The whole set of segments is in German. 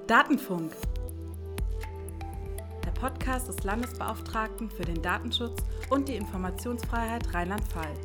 Datenfunk, der Podcast des Landesbeauftragten für den Datenschutz und die Informationsfreiheit Rheinland-Pfalz.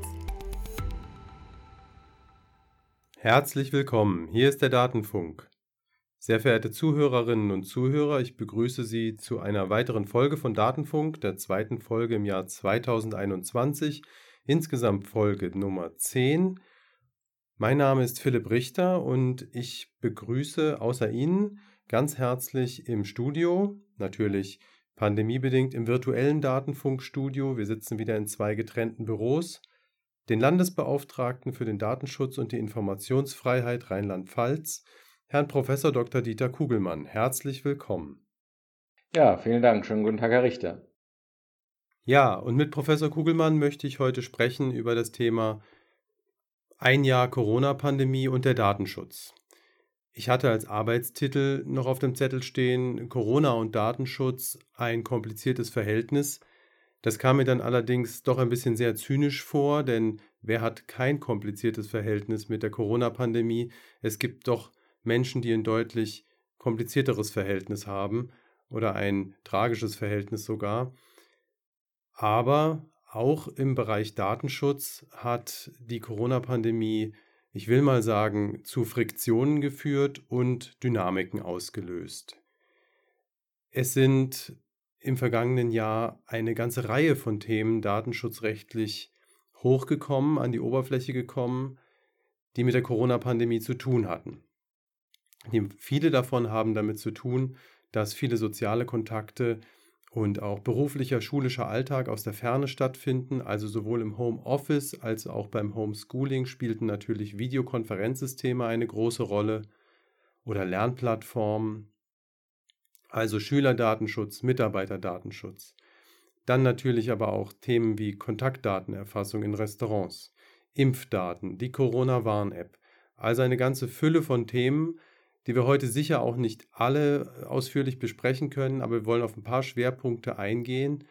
Herzlich willkommen, hier ist der Datenfunk. Sehr verehrte Zuhörerinnen und Zuhörer, ich begrüße Sie zu einer weiteren Folge von Datenfunk, der zweiten Folge im Jahr 2021, insgesamt Folge Nummer 10. Mein Name ist Philipp Richter und ich begrüße außer Ihnen ganz herzlich im Studio, natürlich pandemiebedingt im virtuellen Datenfunkstudio, wir sitzen wieder in zwei getrennten Büros, den Landesbeauftragten für den Datenschutz und die Informationsfreiheit Rheinland-Pfalz, Herrn Prof. Dr. Dieter Kugelmann. Herzlich willkommen. Ja, vielen Dank. Schönen guten Tag, Herr Richter. Ja, und mit Professor Kugelmann möchte ich heute sprechen über das Thema ein Jahr Corona-Pandemie und der Datenschutz. Ich hatte als Arbeitstitel noch auf dem Zettel stehen, Corona und Datenschutz, ein kompliziertes Verhältnis. Das kam mir dann allerdings doch ein bisschen sehr zynisch vor, denn wer hat kein kompliziertes Verhältnis mit der Corona-Pandemie? Es gibt doch Menschen, die ein deutlich komplizierteres Verhältnis haben oder ein tragisches Verhältnis sogar. Aber auch im Bereich Datenschutz hat die Corona-Pandemie, ich will mal sagen, zu Friktionen geführt und Dynamiken ausgelöst. Es sind im vergangenen Jahr eine ganze Reihe von Themen datenschutzrechtlich hochgekommen, an die Oberfläche gekommen, die mit der Corona-Pandemie zu tun hatten. Viele davon haben damit zu tun, dass viele soziale Kontakte und auch beruflicher, schulischer Alltag aus der Ferne stattfinden, also sowohl im Homeoffice als auch beim Homeschooling spielten natürlich Videokonferenzsysteme eine große Rolle oder Lernplattformen, also Schülerdatenschutz, Mitarbeiterdatenschutz. Dann natürlich aber auch Themen wie Kontaktdatenerfassung in Restaurants, Impfdaten, die Corona-Warn-App, also eine ganze Fülle von Themen, die wir heute sicher auch nicht alle ausführlich besprechen können, aber wir wollen auf ein paar Schwerpunkte eingehen.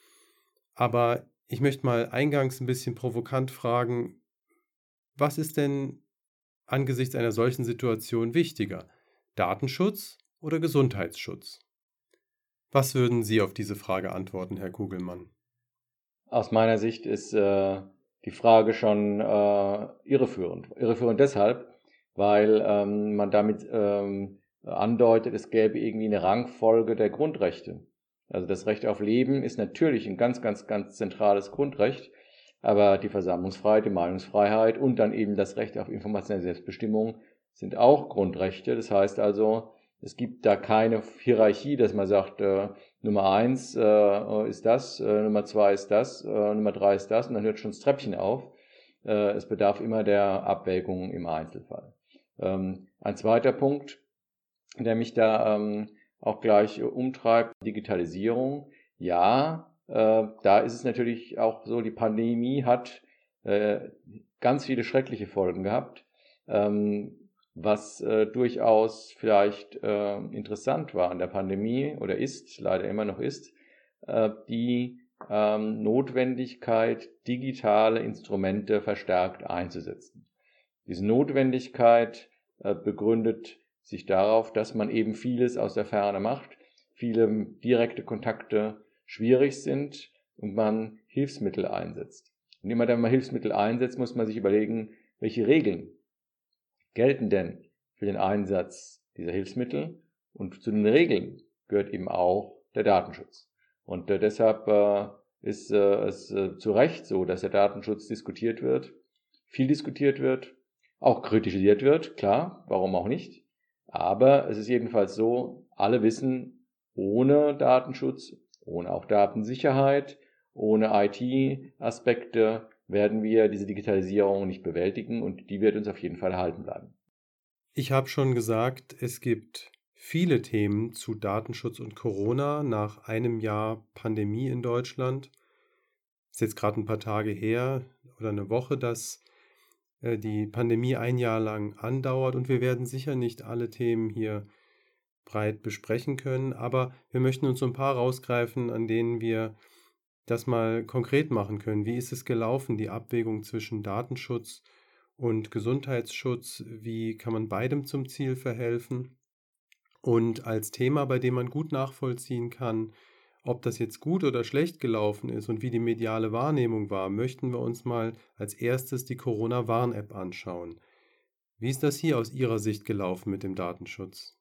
Aber ich möchte mal eingangs ein bisschen provokant fragen, was ist denn angesichts einer solchen Situation wichtiger? Datenschutz oder Gesundheitsschutz? Was würden Sie auf diese Frage antworten, Herr Kugelmann? Aus meiner Sicht ist die Frage schon irreführend. Irreführend deshalb, weil man damit andeutet, es gäbe irgendwie eine Rangfolge der Grundrechte. Also das Recht auf Leben ist natürlich ein ganz, ganz, ganz zentrales Grundrecht, aber die Versammlungsfreiheit, die Meinungsfreiheit und dann eben das Recht auf informationelle Selbstbestimmung sind auch Grundrechte. Das heißt also, es gibt da keine Hierarchie, dass man sagt, Nummer 1 ist das, Nummer 2 ist das, Nummer 3 ist das und dann hört schon das Treppchen auf. Es bedarf immer der Abwägung im Einzelfall. Ein zweiter Punkt, der mich da auch gleich umtreibt, Digitalisierung. Ja, da ist es natürlich auch so, die Pandemie hat ganz viele schreckliche Folgen gehabt, was durchaus vielleicht interessant war an der Pandemie oder ist, leider immer noch ist, die Notwendigkeit, digitale Instrumente verstärkt einzusetzen. Diese Notwendigkeit begründet sich darauf, dass man eben vieles aus der Ferne macht, viele direkte Kontakte schwierig sind und man Hilfsmittel einsetzt. Und immer wenn man Hilfsmittel einsetzt, muss man sich überlegen, welche Regeln gelten denn für den Einsatz dieser Hilfsmittel, und zu den Regeln gehört eben auch der Datenschutz. Und deshalb ist es zu Recht so, dass der Datenschutz diskutiert wird, viel diskutiert wird, auch kritisiert wird, klar, warum auch nicht. Aber es ist jedenfalls so, alle wissen, ohne Datenschutz, ohne auch Datensicherheit, ohne IT-Aspekte werden wir diese Digitalisierung nicht bewältigen und die wird uns auf jeden Fall erhalten bleiben. Ich habe schon gesagt, es gibt viele Themen zu Datenschutz und Corona nach einem Jahr Pandemie in Deutschland. Es ist jetzt gerade ein paar Tage her oder eine Woche, dass die Pandemie ein Jahr lang andauert und wir werden sicher nicht alle Themen hier breit besprechen können, aber wir möchten uns so ein paar rausgreifen, an denen wir das mal konkret machen können. Wie ist es gelaufen, die Abwägung zwischen Datenschutz und Gesundheitsschutz? Wie kann man beidem zum Ziel verhelfen? Und als Thema, bei dem man gut nachvollziehen kann, ob das jetzt gut oder schlecht gelaufen ist und wie die mediale Wahrnehmung war, möchten wir uns mal als erstes die Corona-Warn-App anschauen. Wie ist das hier aus Ihrer Sicht gelaufen mit dem Datenschutz?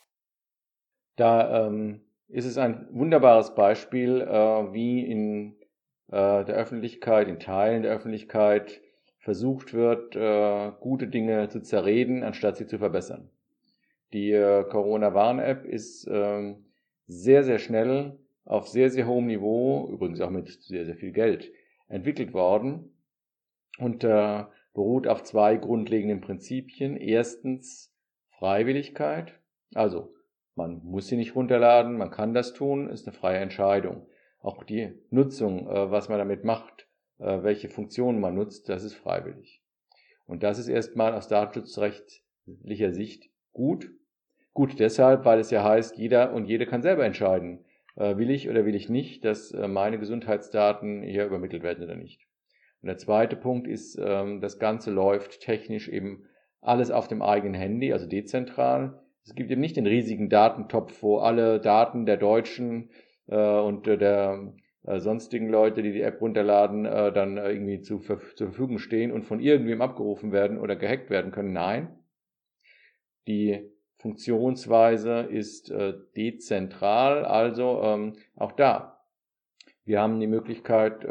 Da ist es ein wunderbares Beispiel, wie in der Öffentlichkeit, in Teilen der Öffentlichkeit versucht wird, gute Dinge zu zerreden, anstatt sie zu verbessern. Die Corona-Warn-App ist sehr, sehr schnell auf sehr, sehr hohem Niveau, übrigens auch mit sehr, sehr viel Geld, entwickelt worden und beruht auf zwei grundlegenden Prinzipien. Erstens Freiwilligkeit, also man muss sie nicht runterladen, man kann das tun, ist eine freie Entscheidung. Auch die Nutzung, was man damit macht, welche Funktionen man nutzt, das ist freiwillig. Und das ist erstmal aus datenschutzrechtlicher Sicht gut. Gut deshalb, weil es ja heißt, jeder und jede kann selber entscheiden, will ich oder will ich nicht, dass meine Gesundheitsdaten hier übermittelt werden oder nicht. Und der zweite Punkt ist, das Ganze läuft technisch eben alles auf dem eigenen Handy, also dezentral. Es gibt eben nicht den riesigen Datentopf, wo alle Daten der Deutschen und der sonstigen Leute, die die App runterladen, dann irgendwie zur Verfügung stehen und von irgendwem abgerufen werden oder gehackt werden können. Nein, die Funktionsweise ist dezentral, also auch da. Wir haben die Möglichkeit,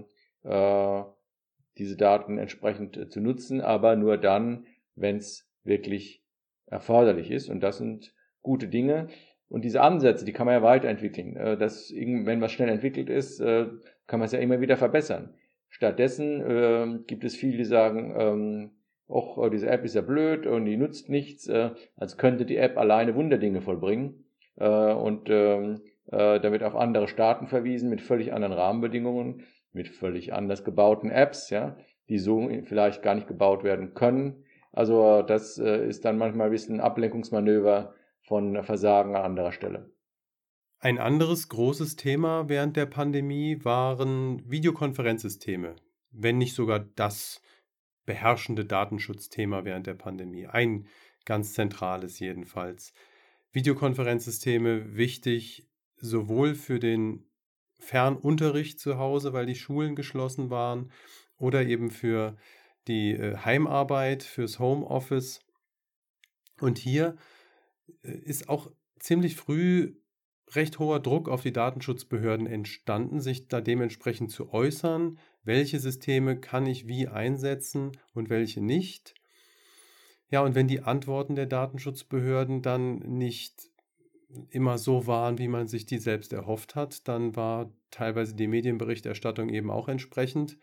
diese Daten entsprechend zu nutzen, aber nur dann, wenn es wirklich erforderlich ist. Und das sind gute Dinge. Und diese Ansätze, die kann man ja weiterentwickeln. Wenn was schnell entwickelt ist, kann man es ja immer wieder verbessern. Stattdessen gibt es viele, die sagen, diese App ist ja blöd und die nutzt nichts, als könnte die App alleine Wunderdinge vollbringen. Und da wird auf andere Staaten verwiesen mit völlig anderen Rahmenbedingungen, mit völlig anders gebauten Apps, ja, die so vielleicht gar nicht gebaut werden können. Also das ist dann manchmal ein bisschen ein Ablenkungsmanöver von Versagen an anderer Stelle. Ein anderes großes Thema während der Pandemie waren Videokonferenzsysteme, wenn nicht sogar das beherrschende Datenschutzthema während der Pandemie. Ein ganz zentrales jedenfalls. Videokonferenzsysteme wichtig sowohl für den Fernunterricht zu Hause, weil die Schulen geschlossen waren, oder eben für die Heimarbeit, fürs Homeoffice. Und hier ist auch ziemlich früh recht hoher Druck auf die Datenschutzbehörden entstanden, sich da dementsprechend zu äußern, welche Systeme kann ich wie einsetzen und welche nicht. Ja, und wenn die Antworten der Datenschutzbehörden dann nicht immer so waren, wie man sich die selbst erhofft hat, dann war teilweise die Medienberichterstattung eben auch entsprechend.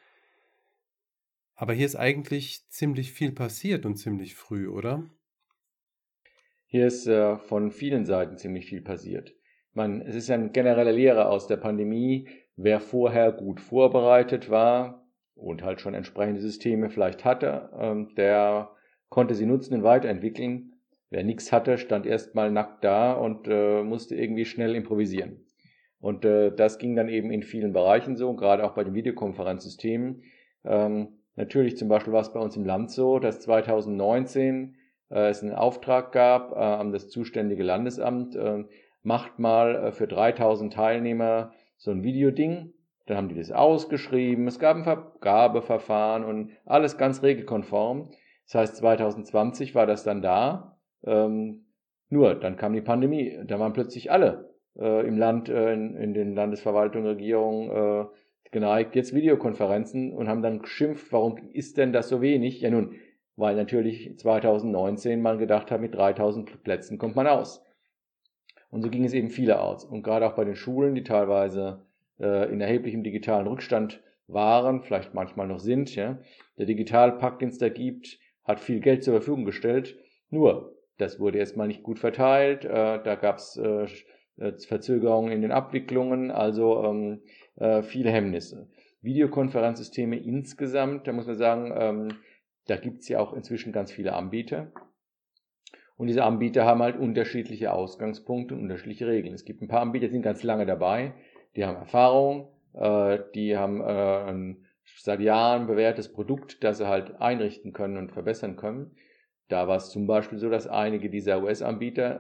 Aber hier ist eigentlich ziemlich viel passiert und ziemlich früh, oder? Hier ist von vielen Seiten ziemlich viel passiert. Es ist eine generelle Lehre aus der Pandemie, wer vorher gut vorbereitet war und halt schon entsprechende Systeme vielleicht hatte, der konnte sie nutzen und weiterentwickeln. Wer nichts hatte, stand erstmal nackt da und musste irgendwie schnell improvisieren. Und das ging dann eben in vielen Bereichen so, gerade auch bei den Videokonferenzsystemen. Natürlich zum Beispiel war es bei uns im Land so, dass 2019 es einen Auftrag gab an das zuständige Landesamt, macht mal für 3000 Teilnehmer so ein Videoding. Dann haben die das ausgeschrieben, es gab ein Vergabeverfahren und alles ganz regelkonform. Das heißt, 2020 war das dann da. Nur, dann kam die Pandemie. Da waren plötzlich alle im Land, in den Landesverwaltungen, Regierungen geneigt, jetzt Videokonferenzen und haben dann geschimpft, warum ist denn das so wenig? Ja nun, weil natürlich 2019 man gedacht hat, mit 3000 Plätzen kommt man aus. Und so ging es eben viele aus. Und gerade auch bei den Schulen, die teilweise in erheblichem digitalen Rückstand waren, vielleicht manchmal noch sind. Ja. Der Digitalpakt, den es da gibt, hat viel Geld zur Verfügung gestellt. Nur, das wurde erstmal nicht gut verteilt. Da gab es Verzögerungen in den Abwicklungen, also viele Hemmnisse. Videokonferenzsysteme insgesamt, da muss man sagen, da gibt es ja auch inzwischen ganz viele Anbieter. Und diese Anbieter haben halt unterschiedliche Ausgangspunkte und unterschiedliche Regeln. Es gibt ein paar Anbieter, die sind ganz lange dabei, die haben Erfahrung, die haben ein seit Jahren bewährtes Produkt, das sie halt einrichten können und verbessern können. Da war es zum Beispiel so, dass einige dieser US-Anbieter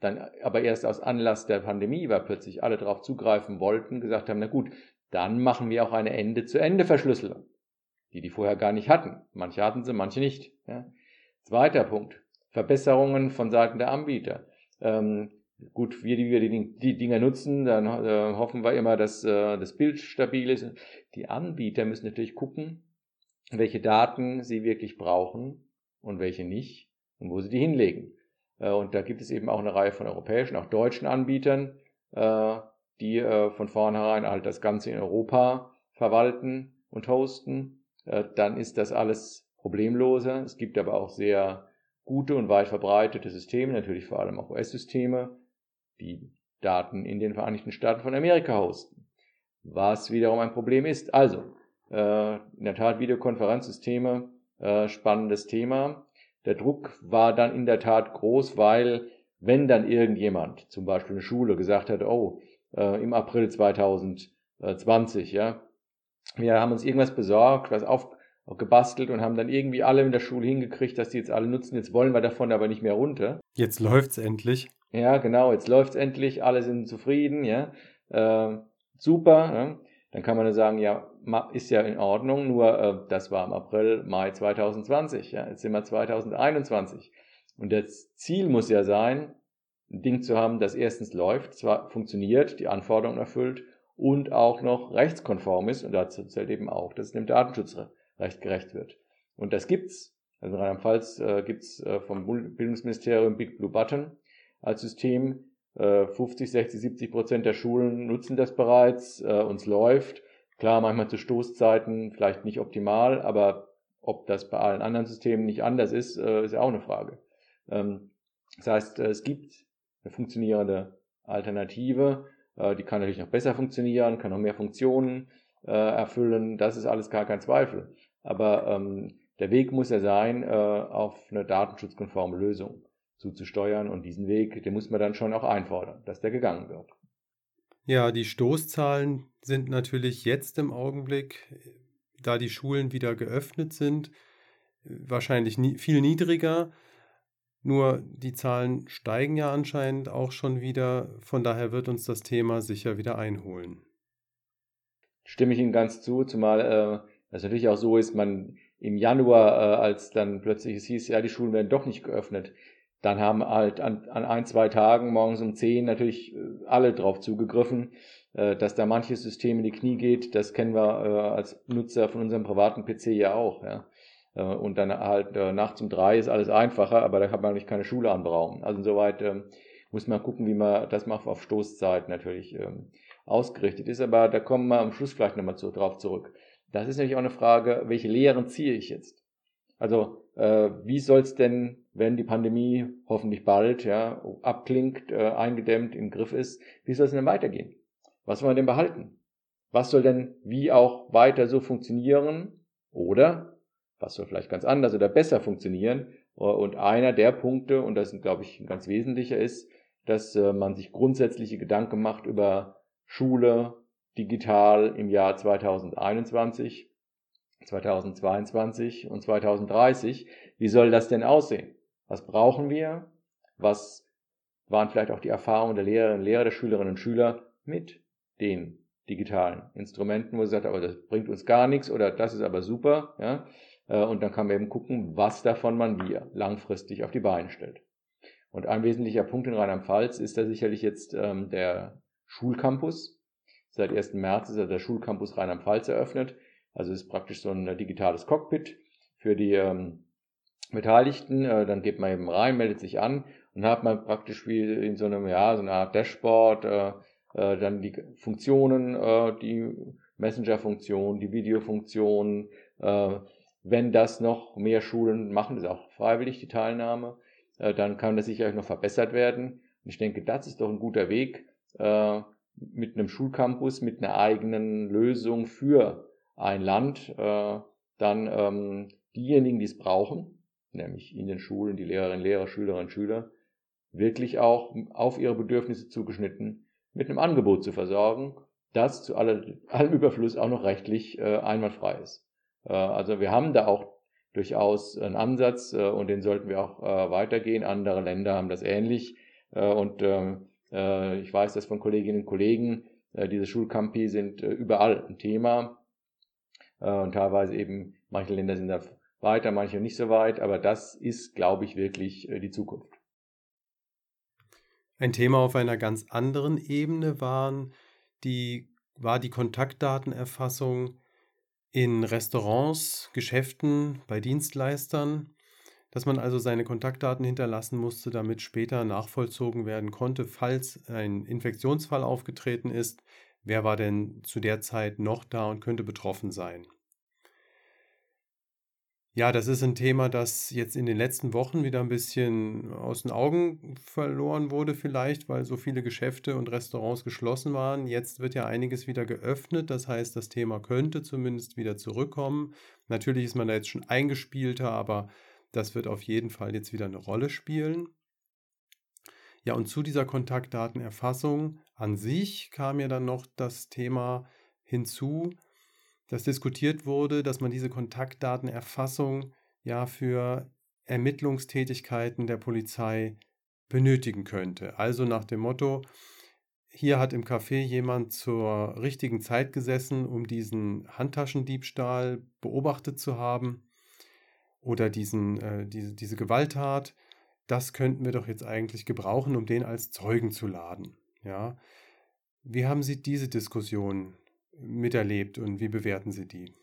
dann aber erst aus Anlass der Pandemie, weil plötzlich alle darauf zugreifen wollten, gesagt haben, na gut, dann machen wir auch eine Ende-zu-Ende-Verschlüsselung, die vorher gar nicht hatten. Manche hatten sie, manche nicht. Ja. Zweiter Punkt, Verbesserungen von Seiten der Anbieter. Gut, wie wir die Dinger nutzen, dann hoffen wir immer, dass das Bild stabil ist. Die Anbieter müssen natürlich gucken, welche Daten sie wirklich brauchen und welche nicht und wo sie die hinlegen. Und da gibt es eben auch eine Reihe von europäischen, auch deutschen Anbietern, die von vornherein halt das Ganze in Europa verwalten und hosten. Dann ist das alles problemloser. Es gibt aber auch sehr gute und weit verbreitete Systeme, natürlich vor allem auch US-Systeme, die Daten in den Vereinigten Staaten von Amerika hosten, was wiederum ein Problem ist. Also, in der Tat Videokonferenzsysteme, spannendes Thema. Der Druck war dann in der Tat groß, weil wenn dann irgendjemand, zum Beispiel eine Schule, gesagt hat, im April 2020, ja, wir haben uns irgendwas besorgt, was gebastelt und haben dann irgendwie alle in der Schule hingekriegt, dass die jetzt alle nutzen, jetzt wollen wir davon aber nicht mehr runter. Jetzt läuft's endlich. Ja, genau, jetzt läuft's endlich, alle sind zufrieden, ja, super, ja. Dann kann man ja sagen, ja, ist ja in Ordnung, nur das war im April, Mai 2020, ja, jetzt sind wir 2021. Und das Ziel muss ja sein, ein Ding zu haben, das erstens läuft, zwar funktioniert, die Anforderungen erfüllt und auch noch rechtskonform ist, und dazu zählt eben auch, dass es dem Datenschutzrecht gerecht wird. Und das gibt's, also in Rheinland-Pfalz gibt's vom Bildungsministerium Big Blue Button als System. 50, 60, 70% der Schulen nutzen das bereits, und es läuft. Klar, manchmal zu Stoßzeiten vielleicht nicht optimal, aber ob das bei allen anderen Systemen nicht anders ist, ist ja auch eine Frage. Das heißt, es gibt eine funktionierende Alternative, die kann natürlich noch besser funktionieren, kann noch mehr Funktionen erfüllen, das ist alles gar kein Zweifel. Aber der Weg muss ja sein, auf eine datenschutzkonforme Lösung zuzusteuern, und diesen Weg, den muss man dann schon auch einfordern, dass der gegangen wird. Ja, die Stoßzahlen sind natürlich jetzt im Augenblick, da die Schulen wieder geöffnet sind, wahrscheinlich viel niedriger. Nur die Zahlen steigen ja anscheinend auch schon wieder. Von daher wird uns das Thema sicher wieder einholen. Stimme ich Ihnen ganz zu, zumal das natürlich auch so ist, man im Januar, als dann plötzlich es hieß, ja, die Schulen werden doch nicht geöffnet, dann haben halt an 1-2 Tagen morgens um 10 natürlich alle drauf zugegriffen, dass da manches System in die Knie geht. Das kennen wir als Nutzer von unserem privaten PC ja auch. Ja. Und dann halt nachts um 3 ist alles einfacher, aber da kann man eigentlich keine Schule anbrauchen. Also insoweit muss man gucken, wie man das macht, auf Stoßzeit natürlich ausgerichtet ist. Aber da kommen wir am Schluss vielleicht nochmal drauf zurück. Das ist nämlich auch eine Frage, welche Lehren ziehe ich jetzt? Also wie soll es denn, wenn die Pandemie hoffentlich bald abklingt, eingedämmt, im Griff ist, wie soll es denn weitergehen? Was wollen wir denn behalten? Was soll denn wie auch weiter so funktionieren? Oder was soll vielleicht ganz anders oder besser funktionieren? Und einer der Punkte, und das, glaube ich, ein ganz wesentlicher ist, dass man sich grundsätzliche Gedanken macht über Schule digital im Jahr 2021, 2022 und 2030. Wie soll das denn aussehen? Was brauchen wir? Was waren vielleicht auch die Erfahrungen der Lehrerinnen und Lehrer, der Schülerinnen und Schüler mit den digitalen Instrumenten, wo sie sagt, aber das bringt uns gar nichts oder das ist aber super. Ja? Und dann kann man eben gucken, was davon man wie langfristig auf die Beine stellt. Und ein wesentlicher Punkt in Rheinland-Pfalz ist da sicherlich jetzt der Schulcampus. Seit 1. März ist der Schulcampus Rheinland-Pfalz eröffnet. Also es ist praktisch so ein digitales Cockpit für die Beteiligten. Dann geht man eben rein, meldet sich an und hat man praktisch wie in so einem, so eine Art Dashboard, dann die Funktionen, die Messenger-Funktion, die Videofunktion. Wenn das noch mehr Schulen machen, das ist auch freiwillig die Teilnahme, dann kann das sicherlich noch verbessert werden. Und ich denke, das ist doch ein guter Weg, mit einem Schulcampus, mit einer eigenen Lösung für ein Land, dann diejenigen, die es brauchen, nämlich in den Schulen, die Lehrerinnen, Lehrer, Schülerinnen und Schüler, wirklich auch auf ihre Bedürfnisse zugeschnitten mit einem Angebot zu versorgen, das zu allem Überfluss auch noch rechtlich einwandfrei ist. Also wir haben da auch durchaus einen Ansatz und den sollten wir auch weitergehen. Andere Länder haben das ähnlich. Ich weiß das von Kolleginnen und Kollegen, diese Schulcampi sind überall ein Thema. Und teilweise eben, manche Länder sind da weiter, manche nicht so weit, aber das ist, glaube ich, wirklich die Zukunft. Ein Thema auf einer ganz anderen Ebene war die Kontaktdatenerfassung in Restaurants, Geschäften, bei Dienstleistern, dass man also seine Kontaktdaten hinterlassen musste, damit später nachvollzogen werden konnte, falls ein Infektionsfall aufgetreten ist, wer war denn zu der Zeit noch da und könnte betroffen sein. Ja, das ist ein Thema, das jetzt in den letzten Wochen wieder ein bisschen aus den Augen verloren wurde vielleicht, weil so viele Geschäfte und Restaurants geschlossen waren. Jetzt wird ja einiges wieder geöffnet, das heißt, das Thema könnte zumindest wieder zurückkommen. Natürlich ist man da jetzt schon eingespielter, aber das wird auf jeden Fall jetzt wieder eine Rolle spielen. Ja, und zu dieser Kontaktdatenerfassung an sich kam ja dann noch das Thema hinzu, dass diskutiert wurde, dass man diese Kontaktdatenerfassung ja für Ermittlungstätigkeiten der Polizei benötigen könnte. Also nach dem Motto, hier hat im Café jemand zur richtigen Zeit gesessen, um diesen Handtaschendiebstahl beobachtet zu haben oder diese Gewalttat. Das könnten wir doch jetzt eigentlich gebrauchen, um den als Zeugen zu laden. Ja? Wie haben Sie diese Diskussion miterlebt und wie bewerten Sie die?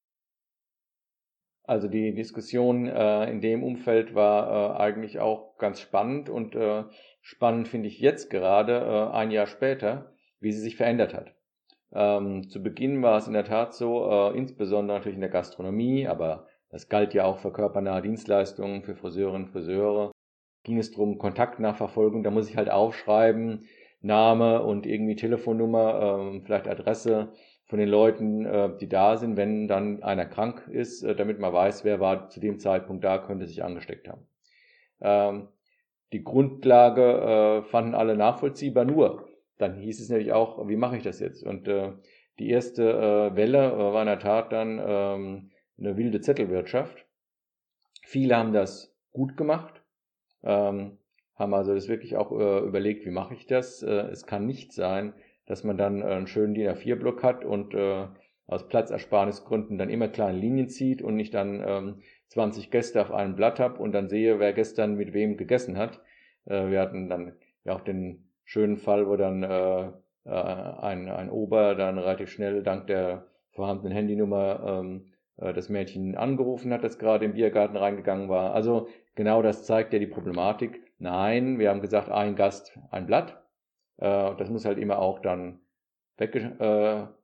Also die Diskussion in dem Umfeld war eigentlich auch ganz spannend und spannend finde ich jetzt gerade, ein Jahr später, wie sie sich verändert hat. Zu Beginn war es in der Tat so, insbesondere natürlich in der Gastronomie, aber das galt ja auch für körpernahe Dienstleistungen, für Friseurinnen und Friseure, ging es darum, Kontaktnachverfolgung, da muss ich halt aufschreiben, Name und irgendwie Telefonnummer, vielleicht Adresse von den Leuten, die da sind, wenn dann einer krank ist, damit man weiß, wer war zu dem Zeitpunkt da, könnte sich angesteckt haben. Die Grundlage fanden alle nachvollziehbar, nur dann hieß es natürlich auch, wie mache ich das jetzt? Und die erste Welle war in der Tat dann eine wilde Zettelwirtschaft. Viele haben das gut gemacht, haben also das wirklich auch überlegt, wie mache ich das? Es kann nicht sein, dass man dann einen schönen DIN A4-Block hat und aus Platzersparnisgründen dann immer kleine Linien zieht und nicht dann 20 Gäste auf einem Blatt habe und dann sehe, wer gestern mit wem gegessen hat. Wir hatten dann ja auch den schönen Fall, wo dann ein Ober dann relativ schnell dank der vorhandenen Handynummer das Mädchen angerufen hat, das gerade im Biergarten reingegangen war. Also genau das zeigt ja die Problematik. Nein, wir haben gesagt, ein Gast, ein Blatt. Das muss halt immer auch dann weggeschlossen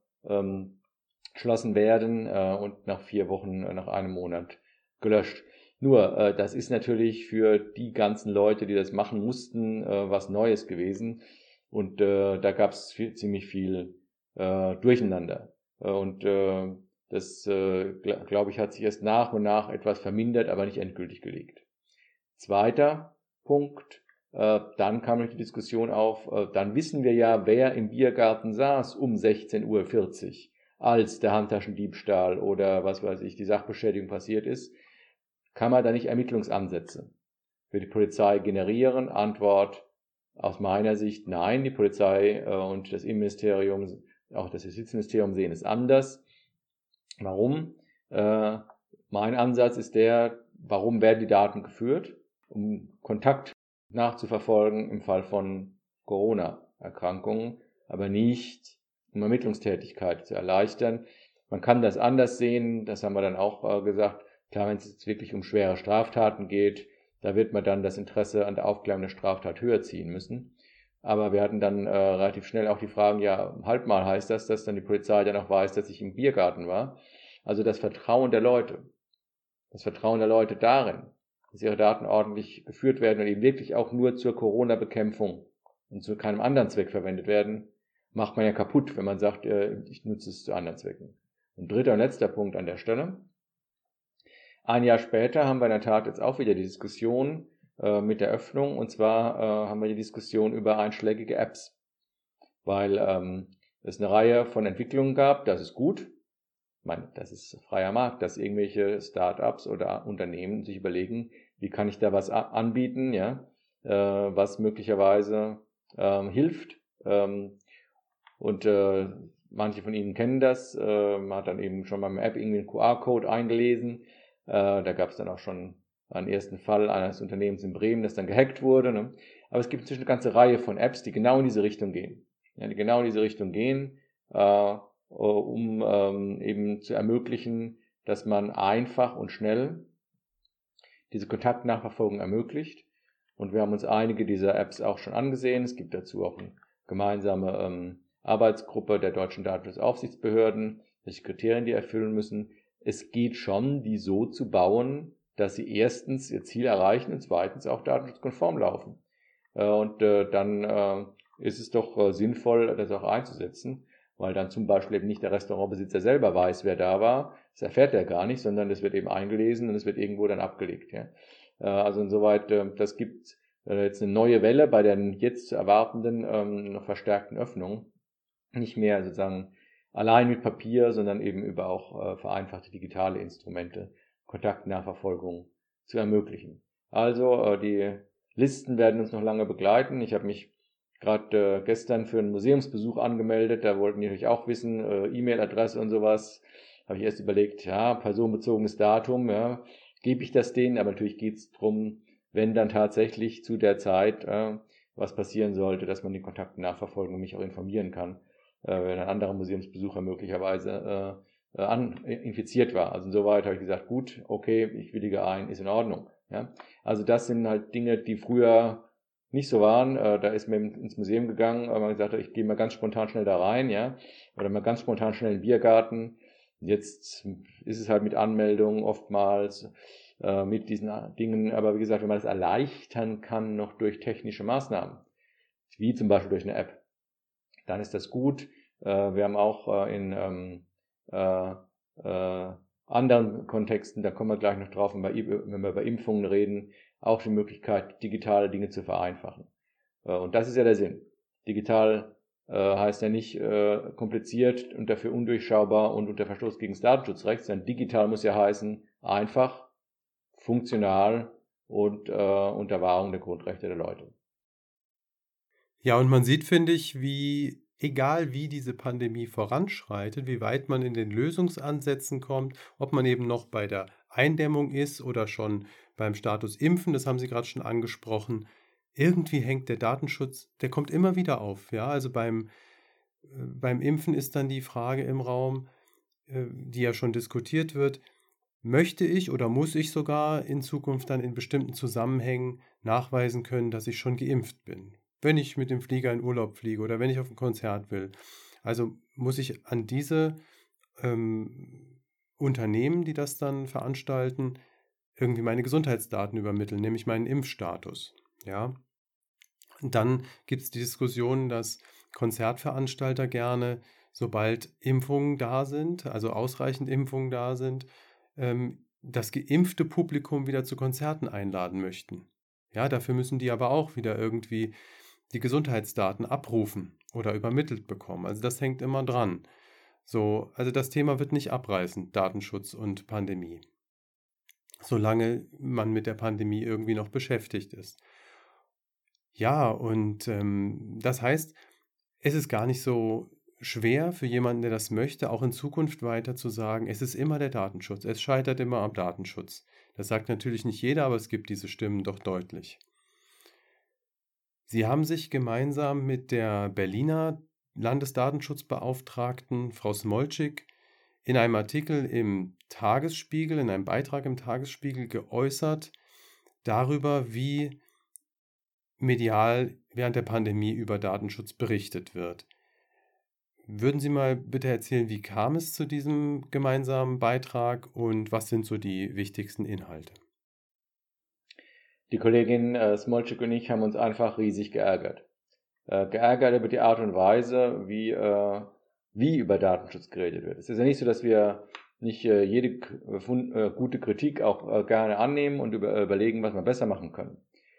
werden und nach 4 Wochen, nach einem Monat gelöscht. Nur, das ist natürlich für die ganzen Leute, die das machen mussten, was Neues gewesen. Und da gab es ziemlich viel Durcheinander. Das, glaube ich, hat sich erst nach und nach etwas vermindert, aber nicht endgültig gelegt. Zweiter Punkt, dann kam noch die Diskussion auf, dann wissen wir ja, wer im Biergarten saß um 16:40 Uhr, als der Handtaschendiebstahl oder was weiß ich, die Sachbeschädigung passiert ist. Kann man da nicht Ermittlungsansätze für die Polizei generieren? Antwort aus meiner Sicht nein. Die Polizei und das Innenministerium, auch das Justizministerium sehen es anders. Warum? Mein Ansatz ist warum werden die Daten geführt? Um Kontakt nachzuverfolgen im Fall von Corona-Erkrankungen, aber nicht um Ermittlungstätigkeit zu erleichtern. Man kann das anders sehen, das haben wir dann auch gesagt. Klar, wenn es jetzt wirklich um schwere Straftaten geht, da wird man dann das Interesse an der Aufklärung der Straftat höher ziehen müssen. Aber wir hatten dann relativ schnell auch die Fragen, ja, halt mal, heißt das, dass dann die Polizei dann auch weiß, dass ich im Biergarten war? Also das Vertrauen der Leute darin, dass ihre Daten ordentlich geführt werden und eben wirklich auch nur zur Corona-Bekämpfung und zu keinem anderen Zweck verwendet werden, macht man ja kaputt, wenn man sagt, ich nutze es zu anderen Zwecken. Und dritter und letzter Punkt an der Stelle. Ein Jahr später haben wir in der Tat jetzt auch wieder die Diskussion mit der Öffnung, und zwar haben wir die Diskussion über einschlägige Apps, weil es eine Reihe von Entwicklungen gab, das ist gut. Ich meine, das ist freier Markt, dass irgendwelche Start-ups oder Unternehmen sich überlegen, wie kann ich da was anbieten, ja, was möglicherweise hilft. Und manche von Ihnen kennen das. Man hat dann eben schon mal im App irgendwie einen QR-Code eingelesen. Da gab es dann auch schon einen ersten Fall eines Unternehmens in Bremen, das dann gehackt wurde. Ne? Aber es gibt inzwischen eine ganze Reihe von Apps, die genau in diese Richtung gehen. Ja, die genau in diese Richtung gehen, um eben zu ermöglichen, dass man einfach und schnell diese Kontaktnachverfolgung ermöglicht. Und wir haben uns einige dieser Apps auch schon angesehen. Es gibt dazu auch eine gemeinsame Arbeitsgruppe der deutschen Datenschutzaufsichtsbehörden, welche Kriterien die erfüllen müssen. Es geht schon, die so zu bauen, dass sie erstens ihr Ziel erreichen und zweitens auch datenschutzkonform laufen. Dann ist es doch sinnvoll, das auch einzusetzen, weil dann zum Beispiel eben nicht der Restaurantbesitzer selber weiß, wer da war. Das erfährt er gar nicht, sondern das wird eben eingelesen und es wird irgendwo dann abgelegt. Ja. Also insoweit, das gibt jetzt eine neue Welle bei der jetzt zu erwartenden noch verstärkten Öffnung. Nicht mehr sozusagen allein mit Papier, sondern eben über auch vereinfachte digitale Instrumente Kontaktnachverfolgung zu ermöglichen. Also die Listen werden uns noch lange begleiten. Ich habe mich gerade gestern für einen Museumsbesuch angemeldet. Da wollten die natürlich auch wissen, E-Mail-Adresse und sowas. Habe ich erst überlegt, ja, personenbezogenes Datum, ja, gebe ich das denen? Aber natürlich geht es darum, wenn dann tatsächlich zu der Zeit was passieren sollte, dass man die Kontakte nachverfolgen und mich auch informieren kann, wenn ein anderer Museumsbesucher möglicherweise infiziert war. Also insoweit habe ich gesagt, gut, okay, ich willige ein, ist in Ordnung. Ja? Also das sind halt Dinge, die früher nicht so waren. Da ist man ins Museum gegangen, weil man gesagt hat, ich gehe mal ganz spontan schnell da rein, ja, oder mal ganz spontan schnell in den Biergarten. Jetzt ist es halt mit Anmeldung oftmals mit diesen Dingen, aber wie gesagt, wenn man das erleichtern kann noch durch technische Maßnahmen, wie zum Beispiel durch eine App, dann ist das gut. Wir haben auch in anderen Kontexten, da kommen wir gleich noch drauf, wenn wir über Impfungen reden, auch die Möglichkeit, digitale Dinge zu vereinfachen. Und das ist ja der Sinn. Digital heißt ja nicht kompliziert und dafür undurchschaubar und unter Verstoß gegen das Datenschutzrecht, sondern digital muss ja heißen, einfach, funktional und unter Wahrung der Grundrechte der Leute. Ja, und man sieht, finde ich, wie, egal wie diese Pandemie voranschreitet, wie weit man in den Lösungsansätzen kommt, ob man eben noch bei der Eindämmung ist oder schon beim Status Impfen, das haben Sie gerade schon angesprochen. Irgendwie hängt der Datenschutz, der kommt immer wieder auf. Ja, also beim Impfen ist dann die Frage im Raum, die ja schon diskutiert wird, möchte ich oder muss ich sogar in Zukunft dann in bestimmten Zusammenhängen nachweisen können, dass ich schon geimpft bin? Wenn ich mit dem Flieger in Urlaub fliege oder wenn ich auf ein Konzert will. Also muss ich an diese Unternehmen, die das dann veranstalten, irgendwie meine Gesundheitsdaten übermitteln, nämlich meinen Impfstatus. Ja. Und dann gibt es die Diskussion, dass Konzertveranstalter gerne, sobald Impfungen da sind, also ausreichend Impfungen da sind, das geimpfte Publikum wieder zu Konzerten einladen möchten. Ja, dafür müssen die aber auch wieder irgendwie die Gesundheitsdaten abrufen oder übermittelt bekommen. Also das hängt immer dran. So, also das Thema wird nicht abreißen, Datenschutz und Pandemie, solange man mit der Pandemie irgendwie noch beschäftigt ist. Ja, und das heißt, es ist gar nicht so schwer für jemanden, der das möchte, auch in Zukunft weiter zu sagen, es ist immer der Datenschutz, es scheitert immer am Datenschutz. Das sagt natürlich nicht jeder, aber es gibt diese Stimmen doch deutlich. Sie haben sich gemeinsam mit der Berliner Landesdatenschutzbeauftragten Frau Smolczyk in einem Artikel im Tagesspiegel, in einem Beitrag im Tagesspiegel geäußert darüber, wie medial während der Pandemie über Datenschutz berichtet wird. Würden Sie mal bitte erzählen, wie kam es zu diesem gemeinsamen Beitrag und was sind so die wichtigsten Inhalte? Die Kollegin Smolczyk und ich haben uns einfach riesig geärgert. Geärgert über die Art und Weise, wie über Datenschutz geredet wird. Es ist ja nicht so, dass wir nicht jede gute Kritik auch gerne annehmen und überlegen, was wir besser machen können.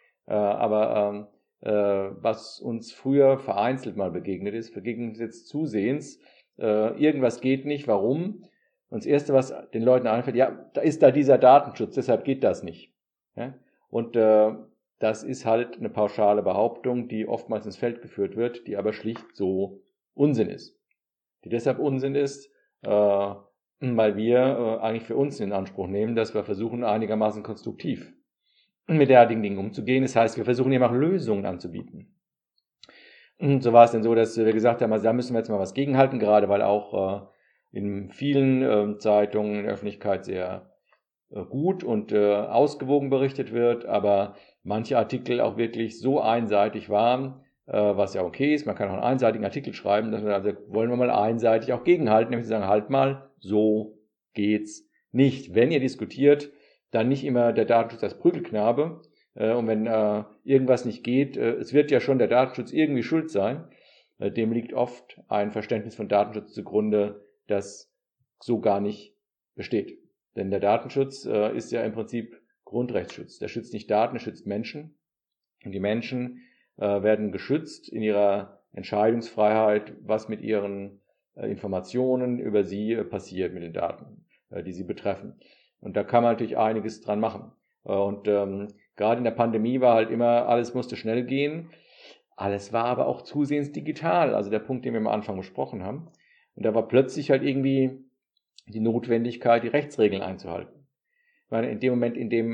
Aber was uns früher vereinzelt mal begegnet ist uns jetzt zusehends, irgendwas geht nicht, warum? Und das Erste, was den Leuten einfällt, ja, da ist da dieser Datenschutz, deshalb geht das nicht. Ja? Und das ist halt eine pauschale Behauptung, die oftmals ins Feld geführt wird, die aber schlicht so Unsinn ist. Die deshalb Unsinn ist, weil wir eigentlich für uns in Anspruch nehmen, dass wir versuchen, einigermaßen konstruktiv mit derartigen Dingen umzugehen. Das heißt, wir versuchen eben auch Lösungen anzubieten. Und so war es dann so, dass wir gesagt haben, also da müssen wir jetzt mal was gegenhalten, gerade weil auch in vielen Zeitungen in der Öffentlichkeit sehr gut und ausgewogen berichtet wird, aber manche Artikel auch wirklich so einseitig waren, was ja okay ist, man kann auch einen einseitigen Artikel schreiben, also wollen wir mal einseitig auch gegenhalten, nämlich zu sagen, halt mal, so geht's nicht. Wenn ihr diskutiert, dann nicht immer der Datenschutz als Prügelknabe, und wenn irgendwas nicht geht, es wird ja schon der Datenschutz irgendwie schuld sein, dem liegt oft ein Verständnis von Datenschutz zugrunde, das so gar nicht besteht. Denn der Datenschutz ist ja im Prinzip Grundrechtsschutz. Der schützt nicht Daten, der schützt Menschen. Und die Menschen werden geschützt in ihrer Entscheidungsfreiheit, was mit ihren Informationen über sie passiert, mit den Daten, die sie betreffen. Und da kann man natürlich einiges dran machen. Und gerade in der Pandemie war halt immer, alles musste schnell gehen. Alles war aber auch zusehends digital. Also der Punkt, den wir am Anfang besprochen haben. Und da war plötzlich halt irgendwie die Notwendigkeit, die Rechtsregeln einzuhalten. Ich meine, in dem Moment, in dem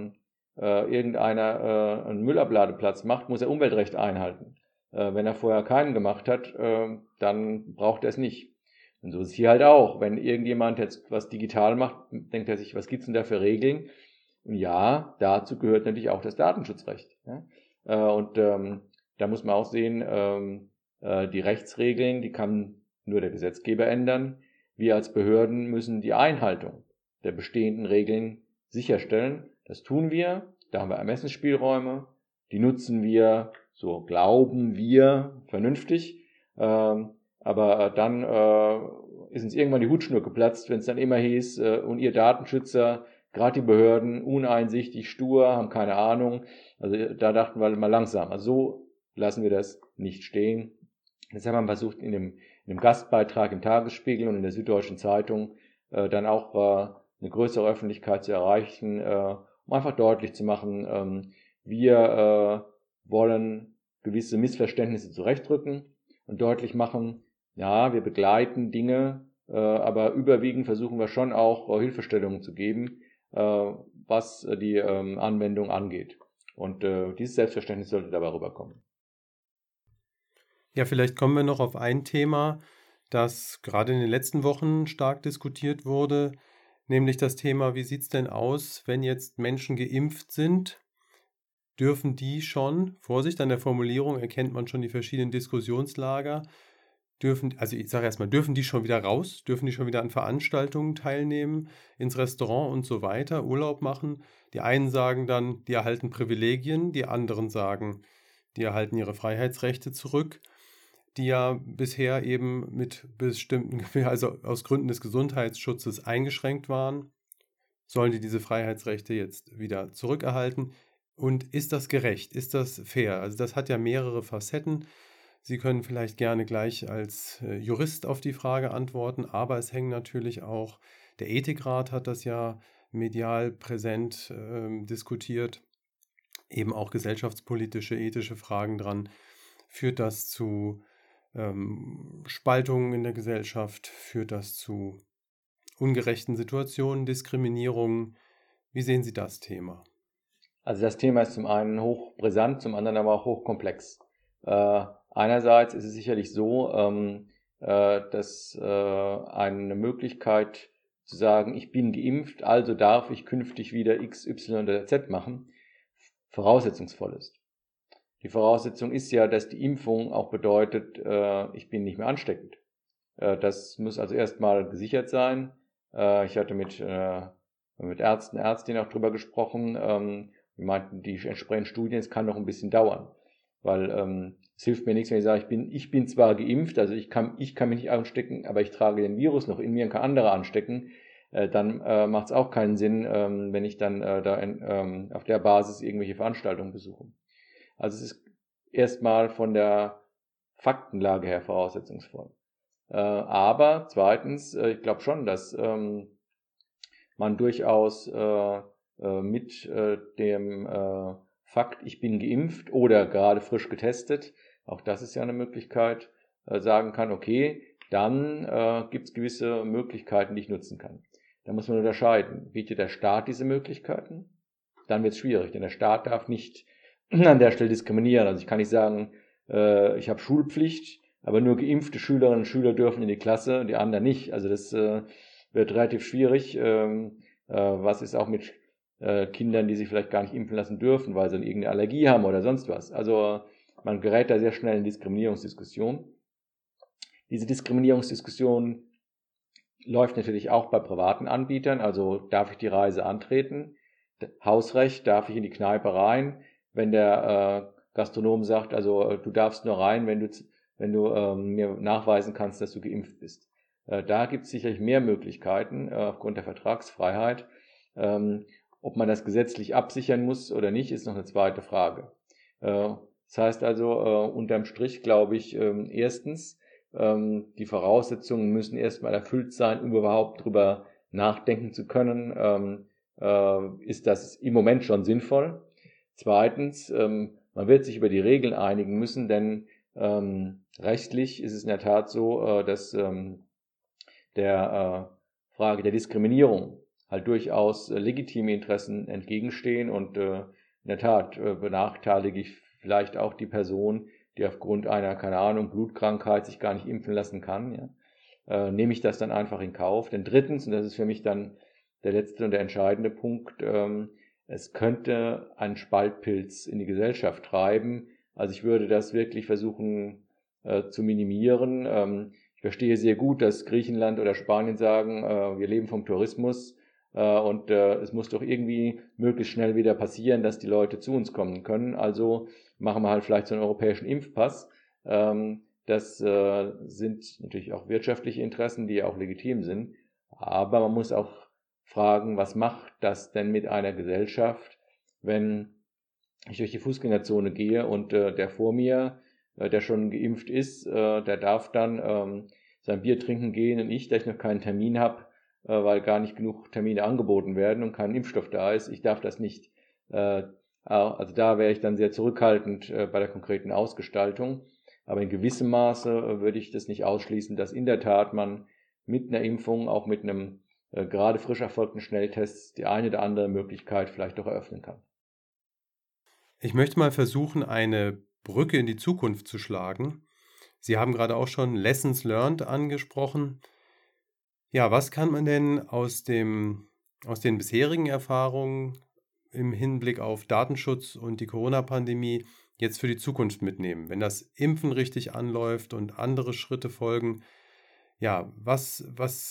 irgendeiner einen Müllabladeplatz macht, muss er Umweltrecht einhalten. Wenn er vorher keinen gemacht hat, dann braucht er es nicht. Und so ist es hier halt auch. Wenn irgendjemand jetzt was digital macht, denkt er sich, was gibt's denn da für Regeln? Und ja, dazu gehört natürlich auch das Datenschutzrecht. Ja? Und da muss man auch sehen, die Rechtsregeln, die kann nur der Gesetzgeber ändern. Wir als Behörden müssen die Einhaltung der bestehenden Regeln sicherstellen. Das tun wir, da haben wir Ermessensspielräume, die nutzen wir, so glauben wir, vernünftig. Aber dann ist uns irgendwann die Hutschnur geplatzt, wenn es dann immer hieß, und ihr Datenschützer, gerade die Behörden, uneinsichtig, stur, haben keine Ahnung. Also da dachten wir mal langsam. Also so lassen wir das nicht stehen. Deshalb haben wir versucht, in dem Gastbeitrag im Tagesspiegel und in der Süddeutschen Zeitung dann auch eine größere Öffentlichkeit zu erreichen, um einfach deutlich zu machen, wir wollen gewisse Missverständnisse zurechtrücken und deutlich machen, ja, wir begleiten Dinge, aber überwiegend versuchen wir schon auch Hilfestellungen zu geben, was die Anwendung angeht. Und dieses Selbstverständnis sollte dabei rüberkommen. Ja, vielleicht kommen wir noch auf ein Thema, das gerade in den letzten Wochen stark diskutiert wurde, nämlich das Thema, wie sieht es denn aus, wenn jetzt Menschen geimpft sind? Dürfen die schon, Vorsicht an der Formulierung, erkennt man schon die verschiedenen Diskussionslager, also ich sage erstmal, dürfen die schon wieder raus? Dürfen die schon wieder an Veranstaltungen teilnehmen, ins Restaurant und so weiter, Urlaub machen? Die einen sagen dann, die erhalten Privilegien, die anderen sagen, die erhalten ihre Freiheitsrechte zurück, die ja bisher eben mit bestimmten, also aus Gründen des Gesundheitsschutzes eingeschränkt waren. Sollen die diese Freiheitsrechte jetzt wieder zurückerhalten? Und ist das gerecht? Ist das fair? Also das hat ja mehrere Facetten. Sie können vielleicht gerne gleich als Jurist auf die Frage antworten, aber es hängen natürlich auch, der Ethikrat hat das ja medial präsent diskutiert, eben auch gesellschaftspolitische, ethische Fragen dran. Führt das zu Spaltungen in der Gesellschaft? Führt das zu ungerechten Situationen, Diskriminierungen? Wie sehen Sie das Thema? Also das Thema ist zum einen hochbrisant, zum anderen aber auch hochkomplex. Einerseits ist es sicherlich so, dass eine Möglichkeit zu sagen, ich bin geimpft, also darf ich künftig wieder X, Y oder Z machen, voraussetzungsvoll ist. Die Voraussetzung ist ja, dass die Impfung auch bedeutet, ich bin nicht mehr ansteckend. Das muss also erstmal gesichert sein. Ich hatte mit Ärzten, Ärztinnen auch drüber gesprochen. Wir meinten, die entsprechenden Studien, es kann noch ein bisschen dauern. Weil es hilft mir nichts, wenn ich sage, ich bin zwar geimpft, also ich kann mich nicht anstecken, aber ich trage den Virus noch in mir und kann andere anstecken. Dann macht es auch keinen Sinn, wenn ich dann auf der Basis irgendwelche Veranstaltungen besuche. Also es ist erstmal von der Faktenlage her voraussetzungsvoll. Aber zweitens, ich glaube schon, dass man durchaus mit dem Fakt, ich bin geimpft oder gerade frisch getestet, auch das ist ja eine Möglichkeit, sagen kann, okay, dann gibt es gewisse Möglichkeiten, die ich nutzen kann. Da muss man unterscheiden. Bietet der Staat diese Möglichkeiten? Dann wird es schwierig, denn der Staat darf nicht an der Stelle diskriminieren. Also ich kann nicht sagen, ich habe Schulpflicht, aber nur geimpfte Schülerinnen und Schüler dürfen in die Klasse und die anderen nicht. Also das wird relativ schwierig. Was ist auch mit Kindern, die sich vielleicht gar nicht impfen lassen dürfen, weil sie irgendeine Allergie haben oder sonst was. Also man gerät da sehr schnell in Diskriminierungsdiskussion. Diese Diskriminierungsdiskussion läuft natürlich auch bei privaten Anbietern. Also darf ich die Reise antreten? Hausrecht, darf ich in die Kneipe rein? Wenn der Gastronom sagt, also du darfst nur rein, wenn du mir nachweisen kannst, dass du geimpft bist. Da gibt es sicherlich mehr Möglichkeiten aufgrund der Vertragsfreiheit. Ob man das gesetzlich absichern muss oder nicht, ist noch eine zweite Frage. Das heißt also, unterm Strich glaube ich, erstens, die Voraussetzungen müssen erstmal erfüllt sein, um überhaupt drüber nachdenken zu können. Ist das im Moment schon sinnvoll? Zweitens, man wird sich über die Regeln einigen müssen, denn rechtlich ist es in der Tat so, dass der Frage der Diskriminierung halt durchaus legitime Interessen entgegenstehen und in der Tat benachteilige ich vielleicht auch die Person, die aufgrund einer, keine Ahnung, Blutkrankheit sich gar nicht impfen lassen kann. Ja. Nehme ich das dann einfach in Kauf. Denn drittens, und das ist für mich dann der letzte und der entscheidende Punkt, es könnte einen Spaltpilz in die Gesellschaft treiben. Also ich würde das wirklich versuchen zu minimieren. Ich verstehe sehr gut, dass Griechenland oder Spanien sagen, wir leben vom Tourismus und es muss doch irgendwie möglichst schnell wieder passieren, dass die Leute zu uns kommen können. Also machen wir halt vielleicht so einen europäischen Impfpass. Das sind natürlich auch wirtschaftliche Interessen, die ja auch legitim sind. Aber man muss auch fragen, was macht das denn mit einer Gesellschaft, wenn ich durch die Fußgängerzone gehe und der vor mir, der schon geimpft ist, der darf dann sein Bier trinken gehen und ich, der ich noch keinen Termin habe, weil gar nicht genug Termine angeboten werden und kein Impfstoff da ist, ich darf das nicht. Also da wäre ich dann sehr zurückhaltend bei der konkreten Ausgestaltung. Aber in gewissem Maße würde ich das nicht ausschließen, dass in der Tat man mit einer Impfung, auch mit einem gerade frisch erfolgten Schnelltest, die eine oder andere Möglichkeit vielleicht doch eröffnen kann. Ich möchte mal versuchen, eine Brücke in die Zukunft zu schlagen. Sie haben gerade auch schon Lessons Learned angesprochen. Ja, was kann man denn aus den bisherigen Erfahrungen im Hinblick auf Datenschutz und die Corona-Pandemie jetzt für die Zukunft mitnehmen? Wenn das Impfen richtig anläuft und andere Schritte folgen, ja, was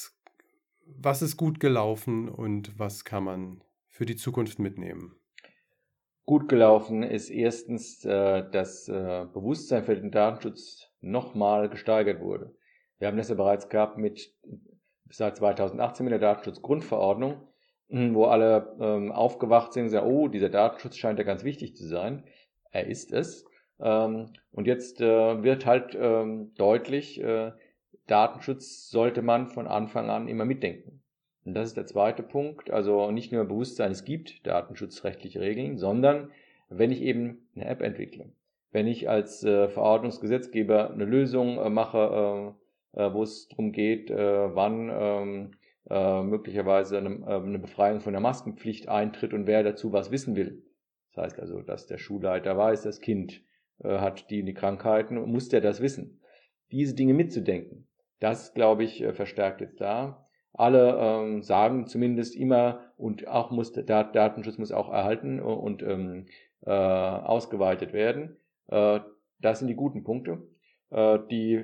ist gut gelaufen und was kann man für die Zukunft mitnehmen? Gut gelaufen ist erstens, dass Bewusstsein für den Datenschutz nochmal gesteigert wurde. Wir haben das ja bereits gehabt seit 2018 mit der Datenschutzgrundverordnung, wo alle aufgewacht sind und sagen, oh, dieser Datenschutz scheint ja ganz wichtig zu sein. Er ist es. Und jetzt wird halt deutlich, Datenschutz sollte man von Anfang an immer mitdenken. Und das ist der zweite Punkt, also nicht nur Bewusstsein, es gibt datenschutzrechtliche Regeln, sondern wenn ich eben eine App entwickle, wenn ich als Verordnungsgesetzgeber eine Lösung mache, wo es darum geht, wann möglicherweise eine Befreiung von der Maskenpflicht eintritt und wer dazu was wissen will. Das heißt also, dass der Schulleiter weiß, das Kind hat die Krankheiten und muss der das wissen. Diese Dinge mitzudenken, das, glaube ich, verstärkt jetzt da. Alle sagen zumindest immer, und auch Datenschutz muss auch erhalten und ausgeweitet werden. Das sind die guten Punkte. Die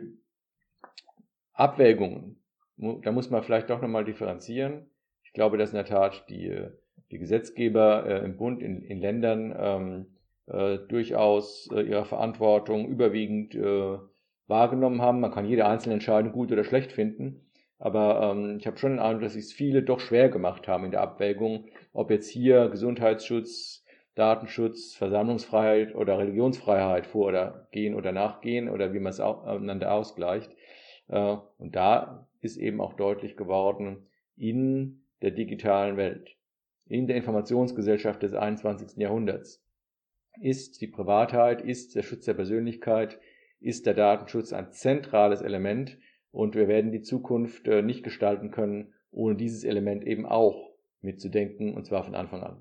Abwägungen, da muss man vielleicht doch nochmal differenzieren. Ich glaube, dass in der Tat die Gesetzgeber im Bund, in Ländern durchaus ihre Verantwortung überwiegend wahrgenommen haben. Man kann jede einzelne Entscheidung gut oder schlecht finden, aber ich habe schon den Eindruck, dass es viele doch schwer gemacht haben in der Abwägung, ob jetzt hier Gesundheitsschutz, Datenschutz, Versammlungsfreiheit oder Religionsfreiheit vor oder gehen oder nachgehen oder wie man es einander ausgleicht. Und da ist eben auch deutlich geworden, in der digitalen Welt, in der Informationsgesellschaft des 21. Jahrhunderts, ist die Privatheit, ist der Schutz der Persönlichkeit, ist der Datenschutz ein zentrales Element und wir werden die Zukunft nicht gestalten können, ohne dieses Element eben auch mitzudenken, und zwar von Anfang an.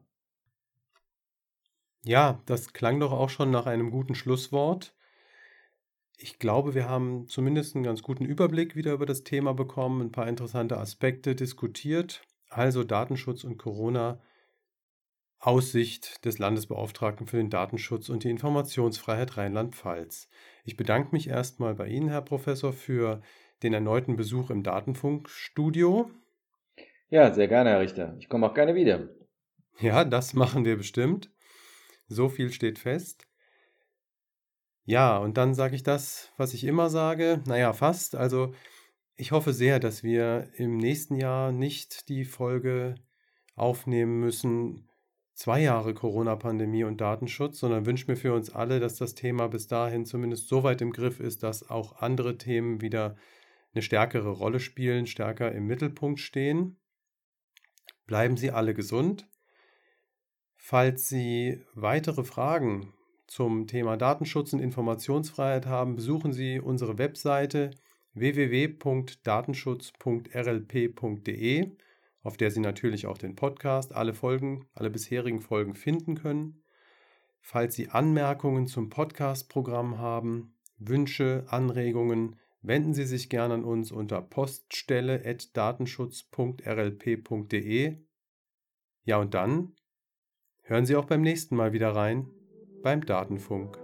Ja, das klang doch auch schon nach einem guten Schlusswort. Ich glaube, wir haben zumindest einen ganz guten Überblick wieder über das Thema bekommen, ein paar interessante Aspekte diskutiert. Also Datenschutz und Corona aus Sicht des Landesbeauftragten für den Datenschutz und die Informationsfreiheit Rheinland-Pfalz. Ich bedanke mich erstmal bei Ihnen, Herr Professor, für den erneuten Besuch im Datenfunkstudio. Ja, sehr gerne, Herr Richter. Ich komme auch gerne wieder. Ja, das machen wir bestimmt. So viel steht fest. Ja, und dann sage ich das, was ich immer sage. Naja, fast. Also ich hoffe sehr, dass wir im nächsten Jahr nicht die Folge aufnehmen müssen, 2 Jahre Corona-Pandemie und Datenschutz, sondern wünsche mir für uns alle, dass das Thema bis dahin zumindest so weit im Griff ist, dass auch andere Themen wieder eine stärkere Rolle spielen, stärker im Mittelpunkt stehen. Bleiben Sie alle gesund. Falls Sie weitere Fragen zum Thema Datenschutz und Informationsfreiheit haben, besuchen Sie unsere Webseite www.datenschutz.rlp.de, auf der Sie natürlich auch den Podcast, alle bisherigen Folgen finden können. Falls Sie Anmerkungen zum Podcast-Programm haben, Wünsche, Anregungen, wenden Sie sich gerne an uns unter poststelle@datenschutz.rlp.de. Ja, und dann hören Sie auch beim nächsten Mal wieder rein beim Datenfunk.